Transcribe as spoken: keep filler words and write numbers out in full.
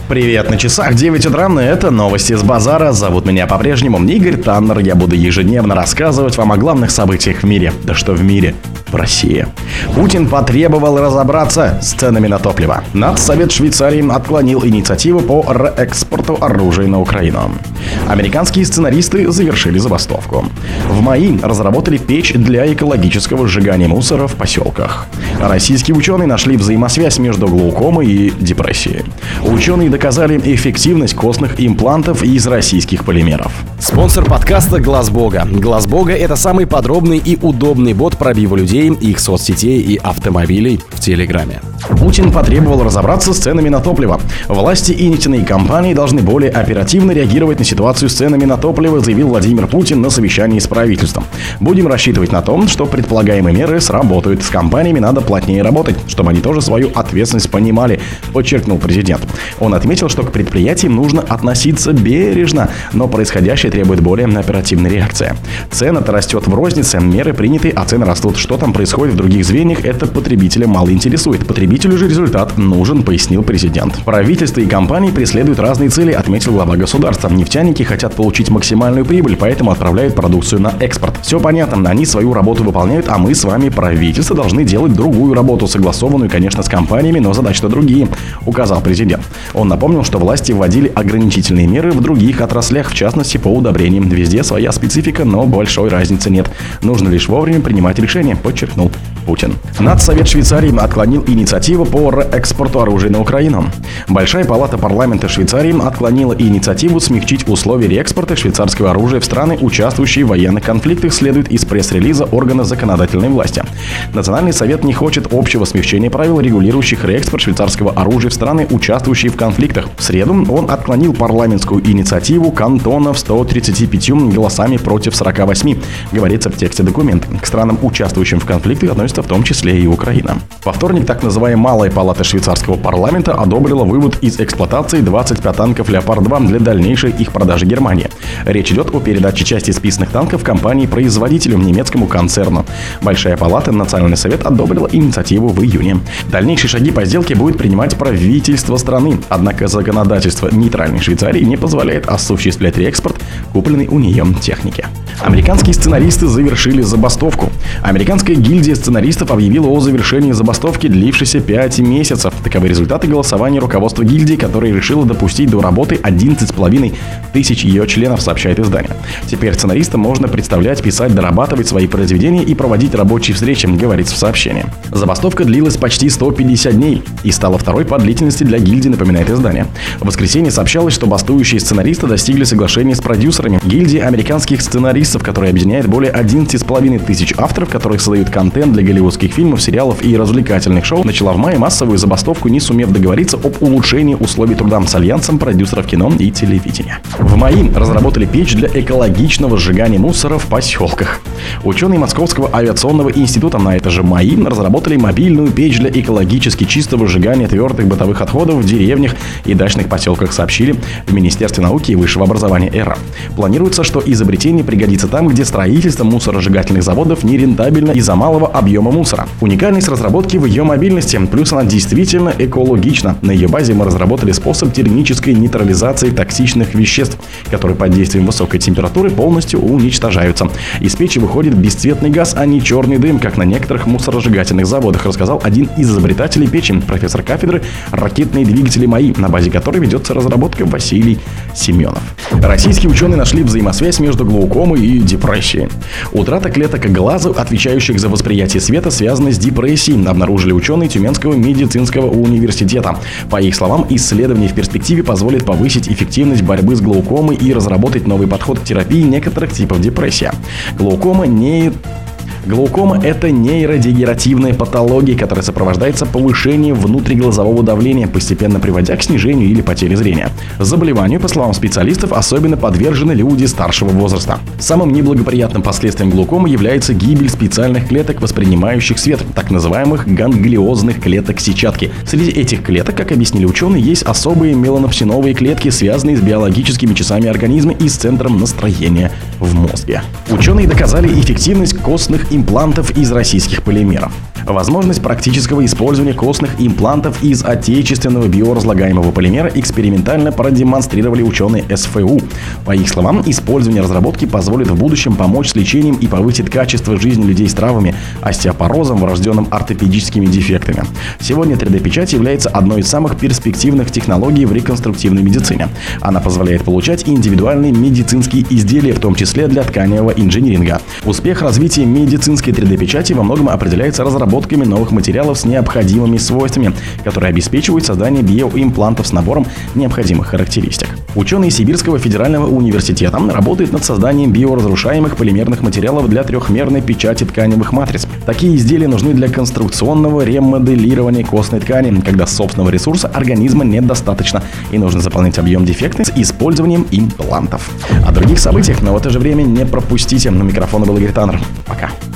Привет, на часах девять утра, это новости с базара. Зовут меня по-прежнему Игорь Таннер. Я буду ежедневно рассказывать вам о главных событиях в мире. Да что в мире? В России. Путин потребовал разобраться с ценами на топливо. Надсовет Швейцарии отклонил инициативу по реэкспорту оружия на Украину. Американские сценаристы завершили забастовку. В МАИ разработали печь для экологического сжигания мусора в поселках. Российские ученые нашли взаимосвязь между глаукомой и депрессией. Ученые доказали эффективность костных имплантов из российских полимеров. Спонсор подкаста Глаз Бога. Глаз Бога — это самый подробный и удобный бот пробива людей, их соцсетей и автомобилей в Телеграме. Путин потребовал разобраться с ценами на топливо. Власти и нефтяные компании должны более оперативно реагировать на ситуацию с ценами на топливо, заявил Владимир Путин на совещании с правительством. Будем рассчитывать на то, что предполагаемые меры сработают. С компаниями надо плотнее работать, чтобы они тоже свою ответственность понимали, подчеркнул президент. Он отметил, что к предприятиям нужно относиться бережно, но происходящее требует более оперативной реакции. Цена-то растет в рознице, меры приняты, а цены растут. Что там происходит в других звеньях, это потребителя мало интересует. Потребителю же результат нужен, пояснил президент. Правительство и компании преследуют разные цели, отметил глава государства. Нефтяники хотят получить максимальную прибыль, поэтому отправляют продукцию на экспорт. Все понятно, они свою работу выполняют, а мы с вами, правительство, должны делать другую работу, согласованную, конечно, с компаниями, но задачи-то другие, указал президент. Он напомнил, что власти вводили ограничительные меры в других отраслях, в частности по удобрениям. Везде своя специфика, но большой разницы нет. Нужно лишь вовремя принимать решения, подчеркнул Путин. Надсовет Швейцарии отклонил инициативу по реэкспорту оружия на Украину. Большая палата парламента Швейцарии отклонила инициативу смягчить условия реэкспорта швейцарского оружия в страны, участвующие в военных конфликтах, следует из пресс-релиза органа законодательной власти. Национальный совет не хочет общего смягчения правил, регулирующих реэкспорт швейцарского оружия в страны, участвующие в конфликтах. В среду он отклонил парламентскую инициативу кантонов сто тридцатью пятью голосами против сорока восьми, говорится в тексте документа. К странам, участвующим в конфликтах, относится в том числе и Украина. Во вторник так называемая Малая палата швейцарского парламента одобрила вывод из эксплуатации двадцать пять танков «Леопард-два» для дальнейшей их продажи Германии. Речь идет о передаче части списанных танков компании-производителю, немецкому концерну. Большая палата, Национальный совет, одобрила инициативу в июне. Дальнейшие шаги по сделке будет принимать правительство страны. Однако законодательство нейтральной Швейцарии не позволяет осуществлять реэкспорт купленной у нее техники. Американские сценаристы завершили забастовку. Американская гильдия сценаристов объявила о завершении забастовки, длившейся пять месяцев. Таковы результаты голосования руководства гильдии, которое решило допустить до работы одиннадцать с половиной тысяч ее членов, сообщает издание. Теперь сценаристам можно представлять, писать, дорабатывать свои произведения и проводить рабочие встречи, говорится в сообщении. Забастовка длилась почти сто пятьдесят дней и стала второй по длительности для гильдии, напоминает издание. В воскресенье сообщалось, что бастующие сценаристы достигли соглашения с продюсерами. Гильдия американских сценаристов, которая объединяет более одиннадцати с половиной тысяч авторов, которые создают контент для голливудских фильмов, сериалов и развлекательных шоу, начала в мае массовую забастовку, не сумев договориться об улучшении условий труда с альянсом продюсеров кино и телевидения. В МАИ разработали печь для экологичного сжигания мусора в поселках. Ученые Московского авиационного института на это же МАИ разработали мобильную печь для экологически чистого сжигания твердых бытовых отходов в деревнях и дачных поселках, сообщили в Министерстве науки и высшего образования эр эф. Планируется, что изобретение пригодится там, где строительство мусоросжигательных заводов нерентабельно из-за малого объема мусора. Уникальность разработки в ее мобильности, плюс она действительно экологична. На ее базе мы разработали способ термической нейтрализации токсичных веществ, которые под действием высокой температуры полностью уничтожаются. Из печи выходит бесцветный газ, а не черный дым, как на некоторых мусоросжигательных заводах, рассказал один из изобретателей печи, профессор кафедры ракетные двигатели МАИ, на базе которой ведется разработка, Василий Семенов. Российские ученые нашли взаимосвязь между глаукомой и депрессией. Утрата клеток глаза, отвечающих за восприятие света, связана с депрессией, обнаружили ученые Тюменского медицинского университета. По их словам, исследование в перспективе позволит повысить эффективность борьбы с глаукомой и разработать новый подход к терапии некоторых типов депрессии. Глаукома не Глаукома – это нейродегенеративная патология, которая сопровождается повышением внутриглазового давления, постепенно приводя к снижению или потере зрения. Заболеванию, по словам специалистов, особенно подвержены люди старшего возраста. Самым неблагоприятным последствием глаукомы является гибель специальных клеток, воспринимающих свет, так называемых ганглиозных клеток сетчатки. Среди этих клеток, как объяснили ученые, есть особые меланопсиновые клетки, связанные с биологическими часами организма и с центром настроения в мозге. Ученые доказали эффективность костных имплантов из российских полимеров. Возможность практического использования костных имплантов из отечественного биоразлагаемого полимера экспериментально продемонстрировали ученые эс эф у. По их словам, использование разработки позволит в будущем помочь с лечением и повысит качество жизни людей с травмами, остеопорозом, врожденным ортопедическими дефектами. Сегодня три дэ-печать является одной из самых перспективных технологий в реконструктивной медицине. Она позволяет получать индивидуальные медицинские изделия, в том числе для тканевого инжиниринга. Успех развития медицинской три дэ-печати во многом определяется разработками новых материалов с необходимыми свойствами, которые обеспечивают создание биоимплантов с набором необходимых характеристик. Ученые Сибирского федерального университета работают над созданием биоразрушаемых полимерных материалов для трехмерной печати тканевых матриц. Такие изделия нужны для конструкционного ремоделирования костной ткани, когда собственного ресурса организма недостаточно и нужно заполнять объем дефекта с использованием имплантов. О других событиях, но в это же время не пропустите. На микрофона был Игорь Таннер. Пока.